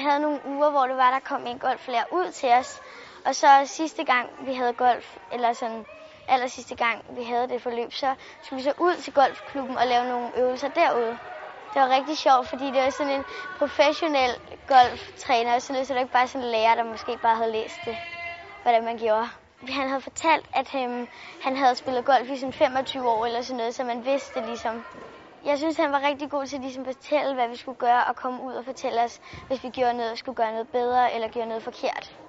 havde nogle uger, hvor det var, der kom en golflærer ud til os. Og så sidste gang, vi havde golf, eller sådan aller sidste gang, vi havde det forløb, så skulle vi så ud til golfklubben og lave nogle øvelser derude. Det var rigtig sjovt, fordi det var sådan en professionel golftræner, så det var ikke bare sådan en lærer, der måske bare havde læst det, hvordan man gjorde. Han havde fortalt, at han havde spillet golf i sådan 25 år eller sådan noget, så man vidste det ligesom. Jeg synes, han var rigtig god til ligesom at fortælle, hvad vi skulle gøre, og komme ud og fortælle os, hvis vi skulle gøre noget bedre eller gjorde noget forkert.